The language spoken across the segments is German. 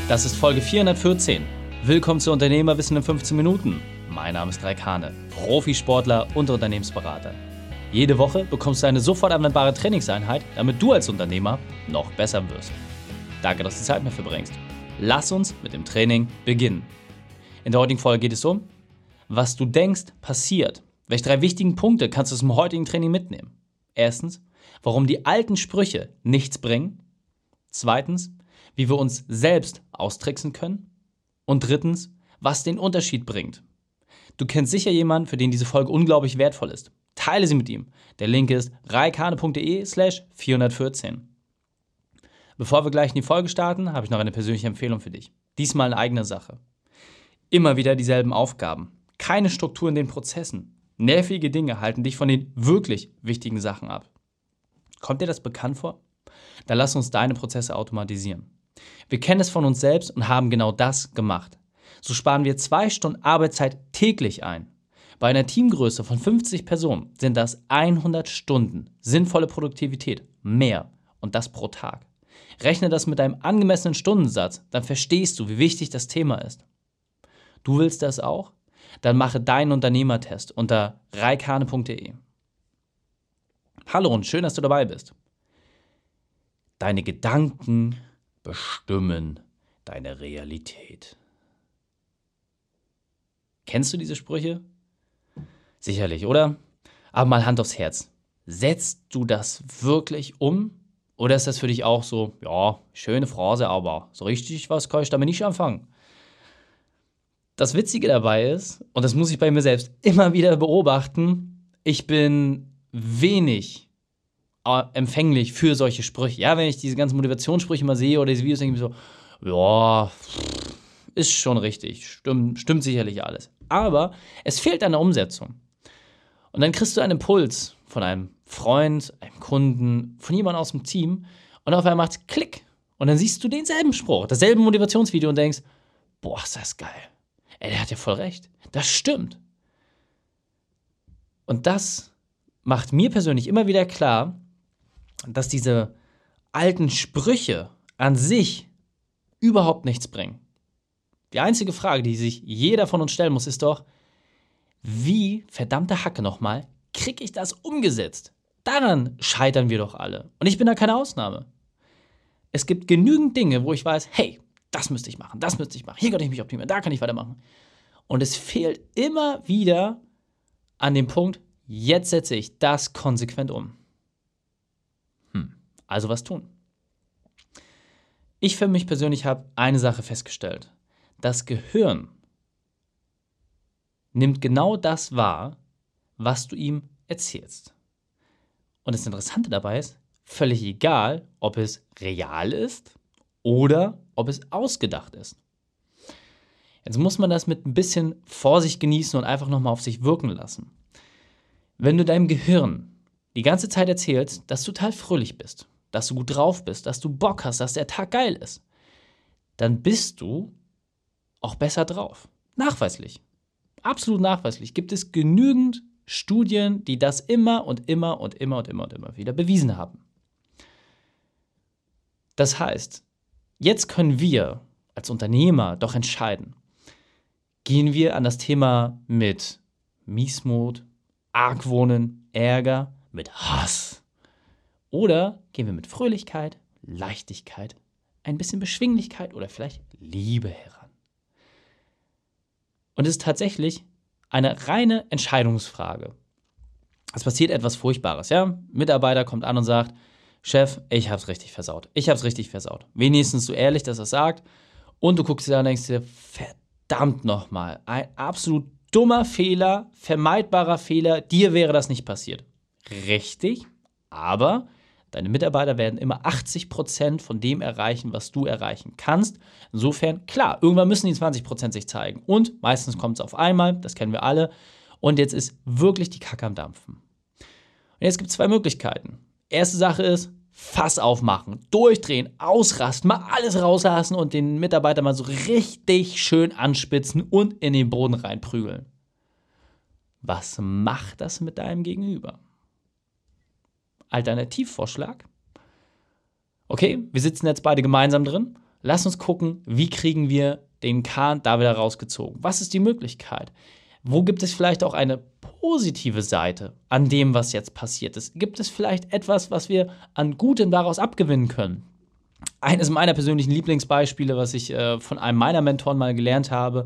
Das ist Folge 414. Willkommen zu Unternehmerwissen in 15 Minuten. Mein Name ist Raik Hane, Profisportler und Unternehmensberater. Jede Woche bekommst du eine sofort anwendbare Trainingseinheit, damit du als Unternehmer noch besser wirst. Danke, dass du Zeit mit mir verbringst. Lass uns mit dem Training beginnen. In der heutigen Folge geht es um, was du denkst, passiert. Welche 3 wichtigen Punkte kannst du aus dem heutigen Training mitnehmen? Erstens, warum die alten Sprüche nichts bringen. Zweitens, wie wir uns selbst austricksen können. Und drittens, was den Unterschied bringt. Du kennst sicher jemanden, für den diese Folge unglaublich wertvoll ist. Teile sie mit ihm. Der Link ist raikhane.de/414. Bevor wir gleich in die Folge starten, habe ich noch eine persönliche Empfehlung für dich. Diesmal in eigener Sache. Immer wieder dieselben Aufgaben. Keine Struktur in den Prozessen. Nervige Dinge halten dich von den wirklich wichtigen Sachen ab. Kommt dir das bekannt vor? Dann lass uns deine Prozesse automatisieren. Wir kennen es von uns selbst und haben genau das gemacht. So sparen wir 2 Stunden Arbeitszeit täglich ein. Bei einer Teamgröße von 50 Personen sind das 100 Stunden sinnvolle Produktivität, mehr und das pro Tag. Rechne das mit einem angemessenen Stundensatz, dann verstehst du, wie wichtig das Thema ist. Du willst das auch? Dann mache deinen Unternehmertest unter raikhane.de. Hallo und schön, dass du dabei bist. Deine Gedanken bestimmen deine Realität. Kennst du diese Sprüche? Sicherlich, oder? Aber mal Hand aufs Herz. Setzt du das wirklich um? Oder ist das für dich auch so, ja, schöne Phrase, aber so richtig was kann ich damit nicht anfangen? Das Witzige dabei ist, und das muss ich bei mir selbst immer wieder beobachten, ich bin wenig empfänglich für solche Sprüche. Ja, wenn ich diese ganzen Motivationssprüche mal sehe oder diese Videos, denke ich mir so, ja, ist schon richtig, stimmt sicherlich alles. Aber es fehlt an der Umsetzung. Und dann kriegst du einen Impuls von einem Freund, einem Kunden, von jemandem aus dem Team und auf einmal macht's Klick. Und dann siehst du denselben Spruch, dasselbe Motivationsvideo und denkst, boah, ist das geil. Ey, der hat ja voll recht. Das stimmt. Und das macht mir persönlich immer wieder klar, dass diese alten Sprüche an sich überhaupt nichts bringen. Die einzige Frage, die sich jeder von uns stellen muss, ist doch, wie, verdammte Hacke nochmal, kriege ich das umgesetzt? Daran scheitern wir doch alle. Und ich bin da keine Ausnahme. Es gibt genügend Dinge, wo ich weiß, hey, das müsste ich machen, hier kann ich mich optimieren, da kann ich weitermachen. Und es fehlt immer wieder an dem Punkt, jetzt setze ich das konsequent um. Also was tun? Ich für mich persönlich habe eine Sache festgestellt. Das Gehirn nimmt genau das wahr, was du ihm erzählst. Und das Interessante dabei ist, völlig egal, ob es real ist oder ob es ausgedacht ist. Jetzt muss man das mit ein bisschen Vorsicht genießen und einfach nochmal auf sich wirken lassen. Wenn du deinem Gehirn die ganze Zeit erzählst, dass du total fröhlich bist, dass du gut drauf bist, dass du Bock hast, dass der Tag geil ist, dann bist du auch besser drauf. Nachweislich. Absolut nachweislich. Gibt es genügend Studien, die das immer und immer wieder bewiesen haben. Das heißt, jetzt können wir als Unternehmer doch entscheiden, gehen wir an das Thema mit Miesmut, Argwohnen, Ärger, mit Hass, oder gehen wir mit Fröhlichkeit, Leichtigkeit, ein bisschen Beschwinglichkeit oder vielleicht Liebe heran. Und es ist tatsächlich eine reine Entscheidungsfrage. Es passiert etwas Furchtbares, ja? Mitarbeiter kommt an und sagt, Chef, ich hab's richtig versaut. Wenigstens so ehrlich, dass er es sagt. Und du guckst dir da und denkst dir, verdammt nochmal, ein absolut dummer Fehler, vermeidbarer Fehler, dir wäre das nicht passiert. Richtig, aber deine Mitarbeiter werden immer 80% von dem erreichen, was du erreichen kannst. Insofern, klar, irgendwann müssen die 20% sich zeigen. Und meistens kommt es auf einmal, das kennen wir alle. Und jetzt ist wirklich die Kacke am Dampfen. Und jetzt gibt es 2 Möglichkeiten. Erste Sache ist, Fass aufmachen, durchdrehen, ausrasten, mal alles rauslassen und den Mitarbeiter mal so richtig schön anspitzen und in den Boden reinprügeln. Was macht das mit deinem Gegenüber? Alternativvorschlag. Okay, wir sitzen jetzt beide gemeinsam drin. Lass uns gucken, wie kriegen wir den Kahn da wieder rausgezogen? Was ist die Möglichkeit? Wo gibt es vielleicht auch eine positive Seite an dem, was jetzt passiert ist? Gibt es vielleicht etwas, was wir an Gutem daraus abgewinnen können? Eines meiner persönlichen Lieblingsbeispiele, was ich von einem meiner Mentoren mal gelernt habe: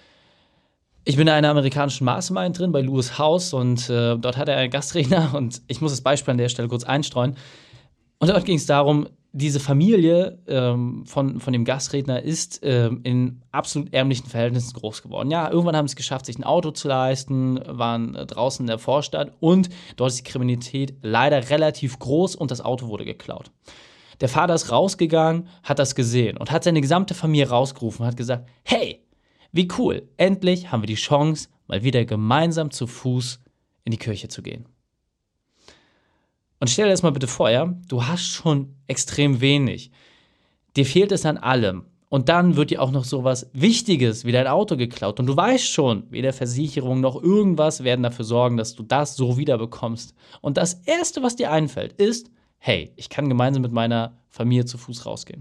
Ich bin in einer amerikanischen Mastermind drin bei Lewis Howes und dort hat er einen Gastredner und ich muss das Beispiel an der Stelle kurz einstreuen. Und dort ging es darum, diese Familie von dem Gastredner ist in absolut ärmlichen Verhältnissen groß geworden. Ja, irgendwann haben sie es geschafft, sich ein Auto zu leisten, waren draußen in der Vorstadt und dort ist die Kriminalität leider relativ groß und das Auto wurde geklaut. Der Vater ist rausgegangen, hat das gesehen und hat seine gesamte Familie rausgerufen und hat gesagt: Hey, wie cool, endlich haben wir die Chance, mal wieder gemeinsam zu Fuß in die Kirche zu gehen. Und stell dir das mal bitte vor, ja, du hast schon extrem wenig. Dir fehlt es an allem. Und dann wird dir auch noch sowas Wichtiges wie dein Auto geklaut. Und du weißt schon, weder Versicherung noch irgendwas werden dafür sorgen, dass du das so wiederbekommst. Und das Erste, was dir einfällt, ist: Hey, ich kann gemeinsam mit meiner Familie zu Fuß rausgehen.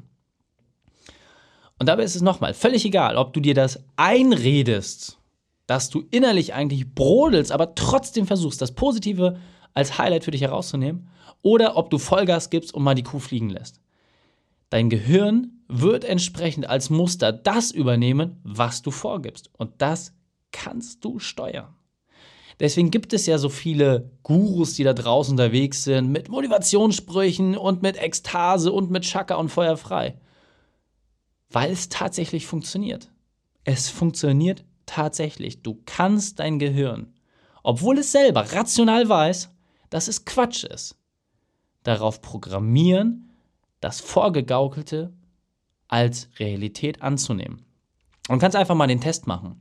Und dabei ist es nochmal völlig egal, ob du dir das einredest, dass du innerlich eigentlich brodelst, aber trotzdem versuchst, das Positive als Highlight für dich herauszunehmen, oder ob du Vollgas gibst und mal die Kuh fliegen lässt. Dein Gehirn wird entsprechend als Muster das übernehmen, was du vorgibst. Und das kannst du steuern. Deswegen gibt es ja so viele Gurus, die da draußen unterwegs sind, mit Motivationssprüchen und mit Ekstase und mit Chakra und Feuer frei. Weil es tatsächlich funktioniert. Es funktioniert tatsächlich. Du kannst dein Gehirn, obwohl es selber rational weiß, dass es Quatsch ist, darauf programmieren, das Vorgegaukelte als Realität anzunehmen. Und kannst einfach mal den Test machen.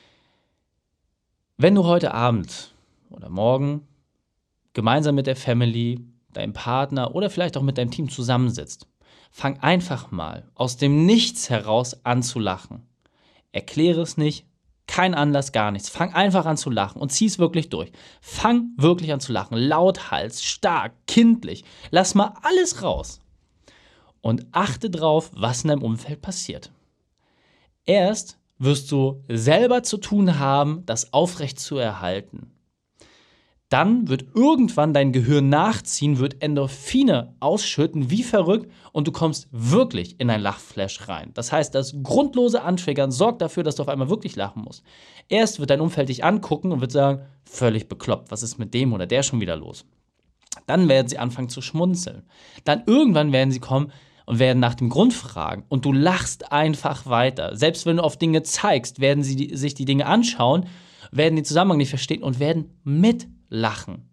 Wenn du heute Abend oder morgen gemeinsam mit der Family, deinem Partner oder vielleicht auch mit deinem Team zusammensitzt, fang einfach mal aus dem Nichts heraus an zu lachen. Erkläre es nicht, kein Anlass, gar nichts. Fang einfach an zu lachen und zieh es wirklich durch. Fang wirklich an zu lachen. Lauthals, stark, kindlich. Lass mal alles raus. Und achte drauf, was in deinem Umfeld passiert. Erst wirst du selber zu tun haben, das aufrecht zu erhalten. Dann wird irgendwann dein Gehirn nachziehen, wird Endorphine ausschütten, wie verrückt, und du kommst wirklich in ein Lachflash rein. Das heißt, das grundlose Antriggern sorgt dafür, dass du auf einmal wirklich lachen musst. Erst wird dein Umfeld dich angucken und wird sagen: Völlig bekloppt, was ist mit dem oder der schon wieder los? Dann werden sie anfangen zu schmunzeln. Dann irgendwann werden sie kommen und werden nach dem Grund fragen. Und du lachst einfach weiter. Selbst wenn du auf Dinge zeigst, werden sie sich die Dinge anschauen, werden den Zusammenhang nicht verstehen und werden mitlachen.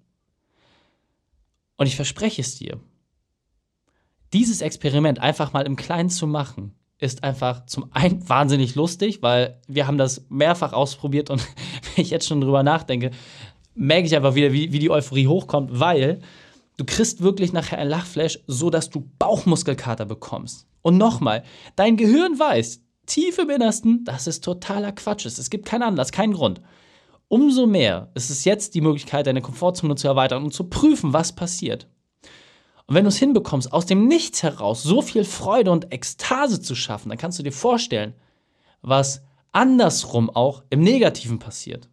Und ich verspreche es dir, dieses Experiment einfach mal im Kleinen zu machen, ist einfach zum einen wahnsinnig lustig, weil wir haben das mehrfach ausprobiert und wenn ich jetzt schon drüber nachdenke, merke ich einfach wieder, wie die Euphorie hochkommt, weil du kriegst wirklich nachher ein Lachflash, so dass du Bauchmuskelkater bekommst. Und nochmal, dein Gehirn weiß tief im Innersten, dass es totaler Quatsch ist. Es gibt keinen Anlass, keinen Grund. Umso mehr ist es jetzt die Möglichkeit, deine Komfortzone zu erweitern und zu prüfen, was passiert. Und wenn du es hinbekommst, aus dem Nichts heraus so viel Freude und Ekstase zu schaffen, dann kannst du dir vorstellen, was andersrum auch im Negativen passiert.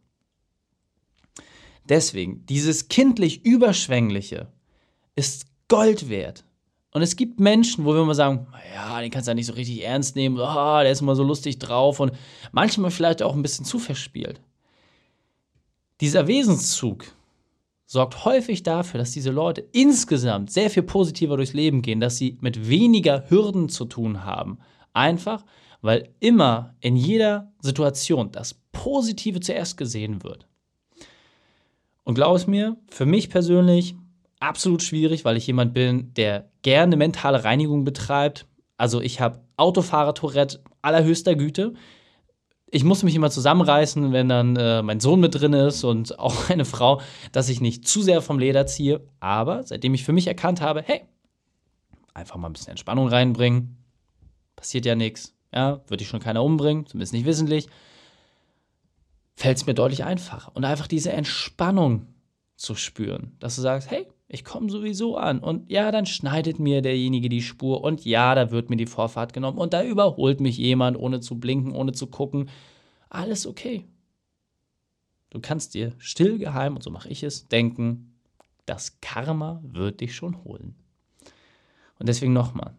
Deswegen, dieses kindlich Überschwängliche ist Gold wert. Und es gibt Menschen, wo wir immer sagen: Ja, den kannst du ja nicht so richtig ernst nehmen, der ist immer so lustig drauf und manchmal vielleicht auch ein bisschen zu verspielt. Dieser Wesenszug sorgt häufig dafür, dass diese Leute insgesamt sehr viel positiver durchs Leben gehen, dass sie mit weniger Hürden zu tun haben. Einfach, weil immer in jeder Situation das Positive zuerst gesehen wird. Und glaub es mir, für mich persönlich absolut schwierig, weil ich jemand bin, der gerne mentale Reinigung betreibt. Also ich habe Autofahrer-Tourette allerhöchster Güte. Ich muss mich immer zusammenreißen, wenn dann mein Sohn mit drin ist und auch eine Frau, dass ich nicht zu sehr vom Leder ziehe. Aber seitdem ich für mich erkannt habe, hey, einfach mal ein bisschen Entspannung reinbringen, passiert ja nichts, ja, würde ich schon keiner umbringen, zumindest nicht wissentlich, fällt es mir deutlich einfacher. Und einfach diese Entspannung zu spüren, dass du sagst: Hey, Ich komme sowieso an. Und ja, dann schneidet mir derjenige die Spur. Und ja, da wird mir die Vorfahrt genommen. Und da überholt mich jemand, ohne zu blinken, ohne zu gucken. Alles okay. Du kannst dir still, geheim, und so mache ich es, denken, das Karma wird dich schon holen. Und deswegen nochmal.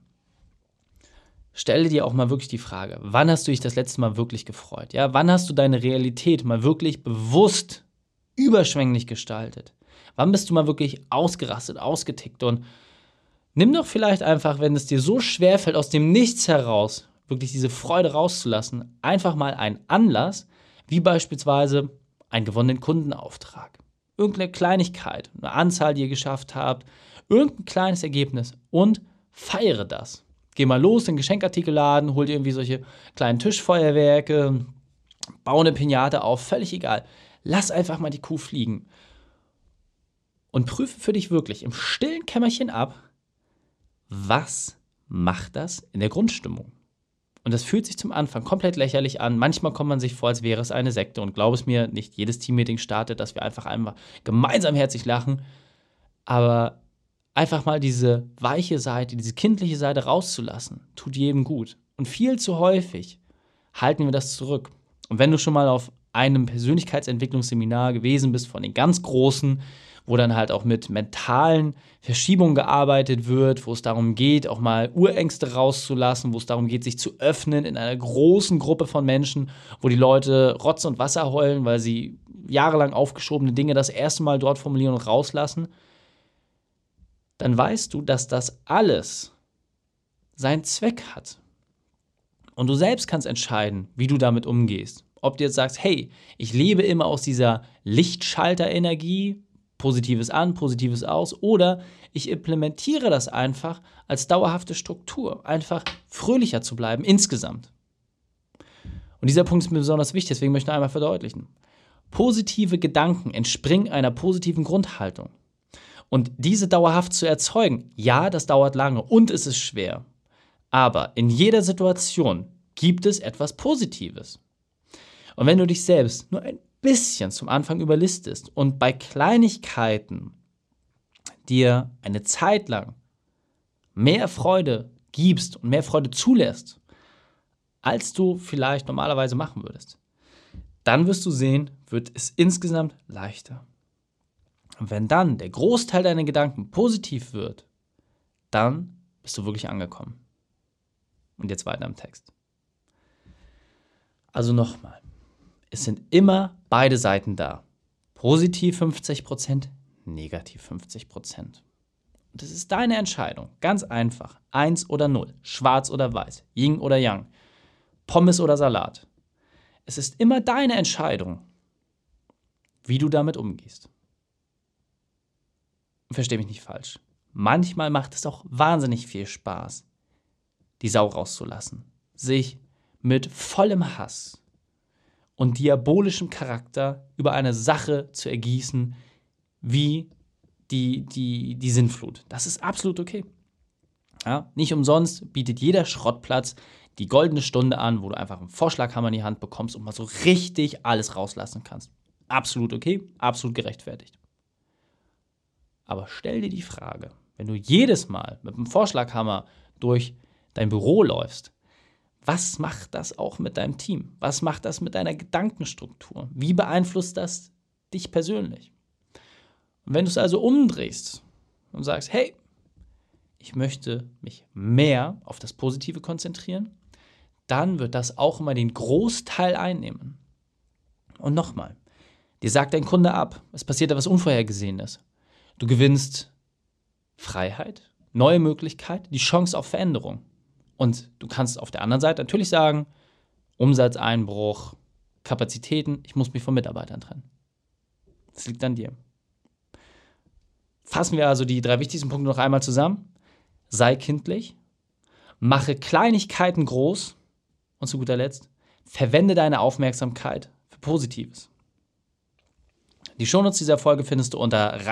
Stelle dir auch mal wirklich die Frage, wann hast du dich das letzte Mal wirklich gefreut? Ja, wann hast du deine Realität mal wirklich bewusst überschwänglich gestaltet? Wann bist du mal wirklich ausgerastet, ausgetickt? Und nimm doch vielleicht einfach, wenn es dir so schwerfällt, aus dem Nichts heraus wirklich diese Freude rauszulassen, einfach mal einen Anlass, wie beispielsweise einen gewonnenen Kundenauftrag, irgendeine Kleinigkeit, eine Anzahl, die ihr geschafft habt, irgendein kleines Ergebnis und feiere das. Geh mal los in den Geschenkartikelladen, hol dir irgendwie solche kleinen Tischfeuerwerke, bau eine Pinate auf, völlig egal. Lass einfach mal die Kuh fliegen. Und prüfe für dich wirklich im stillen Kämmerchen ab, was macht das in der Grundstimmung? Und das fühlt sich zum Anfang komplett lächerlich an. Manchmal kommt man sich vor, als wäre es eine Sekte. Und glaub es mir, nicht jedes Teammeeting startet, dass wir einfach einmal gemeinsam herzlich lachen. Aber einfach mal diese weiche Seite, diese kindliche Seite rauszulassen, tut jedem gut. Und viel zu häufig halten wir das zurück. Und wenn du schon mal auf einem Persönlichkeitsentwicklungsseminar gewesen bist, von den ganz Großen, wo dann halt auch mit mentalen Verschiebungen gearbeitet wird, wo es darum geht, auch mal Urängste rauszulassen, wo es darum geht, sich zu öffnen in einer großen Gruppe von Menschen, wo die Leute Rotz und Wasser heulen, weil sie jahrelang aufgeschobene Dinge das erste Mal dort formulieren und rauslassen, dann weißt du, dass das alles seinen Zweck hat. Und du selbst kannst entscheiden, wie du damit umgehst. Ob du jetzt sagst, hey, ich lebe immer aus dieser Lichtschalter-Energie, Positives an, Positives aus, oder ich implementiere das einfach als dauerhafte Struktur, einfach fröhlicher zu bleiben insgesamt. Und dieser Punkt ist mir besonders wichtig, deswegen möchte ich noch einmal verdeutlichen. Positive Gedanken entspringen einer positiven Grundhaltung. Und diese dauerhaft zu erzeugen, ja, das dauert lange und es ist schwer. Aber in jeder Situation gibt es etwas Positives. Und wenn du dich selbst nur ein bisschen zum Anfang überlistest und bei Kleinigkeiten dir eine Zeit lang mehr Freude gibst und mehr Freude zulässt, als du vielleicht normalerweise machen würdest, dann wirst du sehen, wird es insgesamt leichter. Und wenn dann der Großteil deiner Gedanken positiv wird, dann bist du wirklich angekommen. Und jetzt weiter im Text. Also nochmal. Es sind immer beide Seiten da. Positiv 50%, negativ 50%. Und das ist deine Entscheidung. Ganz einfach. 1 oder 0. Schwarz oder weiß. Yin oder Yang. Pommes oder Salat. Es ist immer deine Entscheidung, wie du damit umgehst. Versteh mich nicht falsch. Manchmal macht es auch wahnsinnig viel Spaß, die Sau rauszulassen. Sich mit vollem Hass und diabolischem Charakter über eine Sache zu ergießen, wie die Sinnflut. Das ist absolut okay. Ja, nicht umsonst bietet jeder Schrottplatz die goldene Stunde an, wo du einfach einen Vorschlaghammer in die Hand bekommst und mal so richtig alles rauslassen kannst. Absolut okay, absolut gerechtfertigt. Aber stell dir die Frage, wenn du jedes Mal mit einem Vorschlaghammer durch dein Büro läufst, was macht das auch mit deinem Team? Was macht das mit deiner Gedankenstruktur? Wie beeinflusst das dich persönlich? Und wenn du es also umdrehst und sagst, hey, ich möchte mich mehr auf das Positive konzentrieren, dann wird das auch immer den Großteil einnehmen. Und nochmal, dir sagt dein Kunde ab, es passiert etwas Unvorhergesehenes. Du gewinnst Freiheit, neue Möglichkeit, die Chance auf Veränderung. Und du kannst auf der anderen Seite natürlich sagen, Umsatzeinbruch, Kapazitäten, ich muss mich von Mitarbeitern trennen. Das liegt an dir. Fassen wir also die 3 wichtigsten Punkte noch einmal zusammen. Sei kindlich, mache Kleinigkeiten groß und zu guter Letzt, verwende deine Aufmerksamkeit für Positives. Die Shownotes dieser Folge findest du unter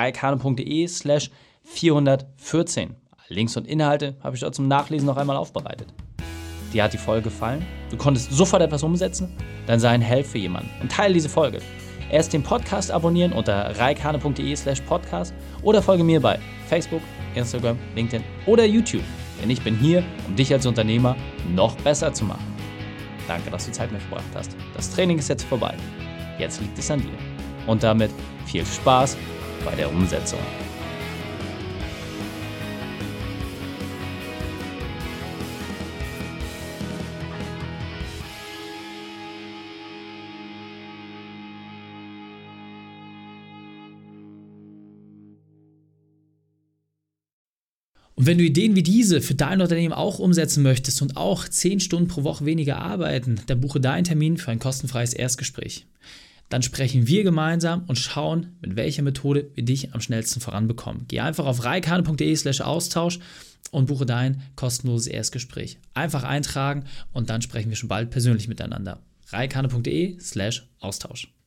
raikane.de/414. Links und Inhalte habe ich dort zum Nachlesen noch einmal aufbereitet. Dir hat die Folge gefallen? Du konntest sofort etwas umsetzen? Dann sei ein Held für jemanden und teile diese Folge. Erst den Podcast abonnieren unter reikane.de/podcast oder folge mir bei Facebook, Instagram, LinkedIn oder YouTube. Denn ich bin hier, um dich als Unternehmer noch besser zu machen. Danke, dass du Zeit mit mir verbracht hast. Das Training ist jetzt vorbei. Jetzt liegt es an dir. Und damit viel Spaß bei der Umsetzung. Und wenn du Ideen wie diese für dein Unternehmen auch umsetzen möchtest und auch 10 Stunden pro Woche weniger arbeiten, dann buche deinen Termin für ein kostenfreies Erstgespräch. Dann sprechen wir gemeinsam und schauen, mit welcher Methode wir dich am schnellsten voranbekommen. Geh einfach auf reikane.de/Austausch und buche dein kostenloses Erstgespräch. Einfach eintragen und dann sprechen wir schon bald persönlich miteinander. reikane.de/Austausch.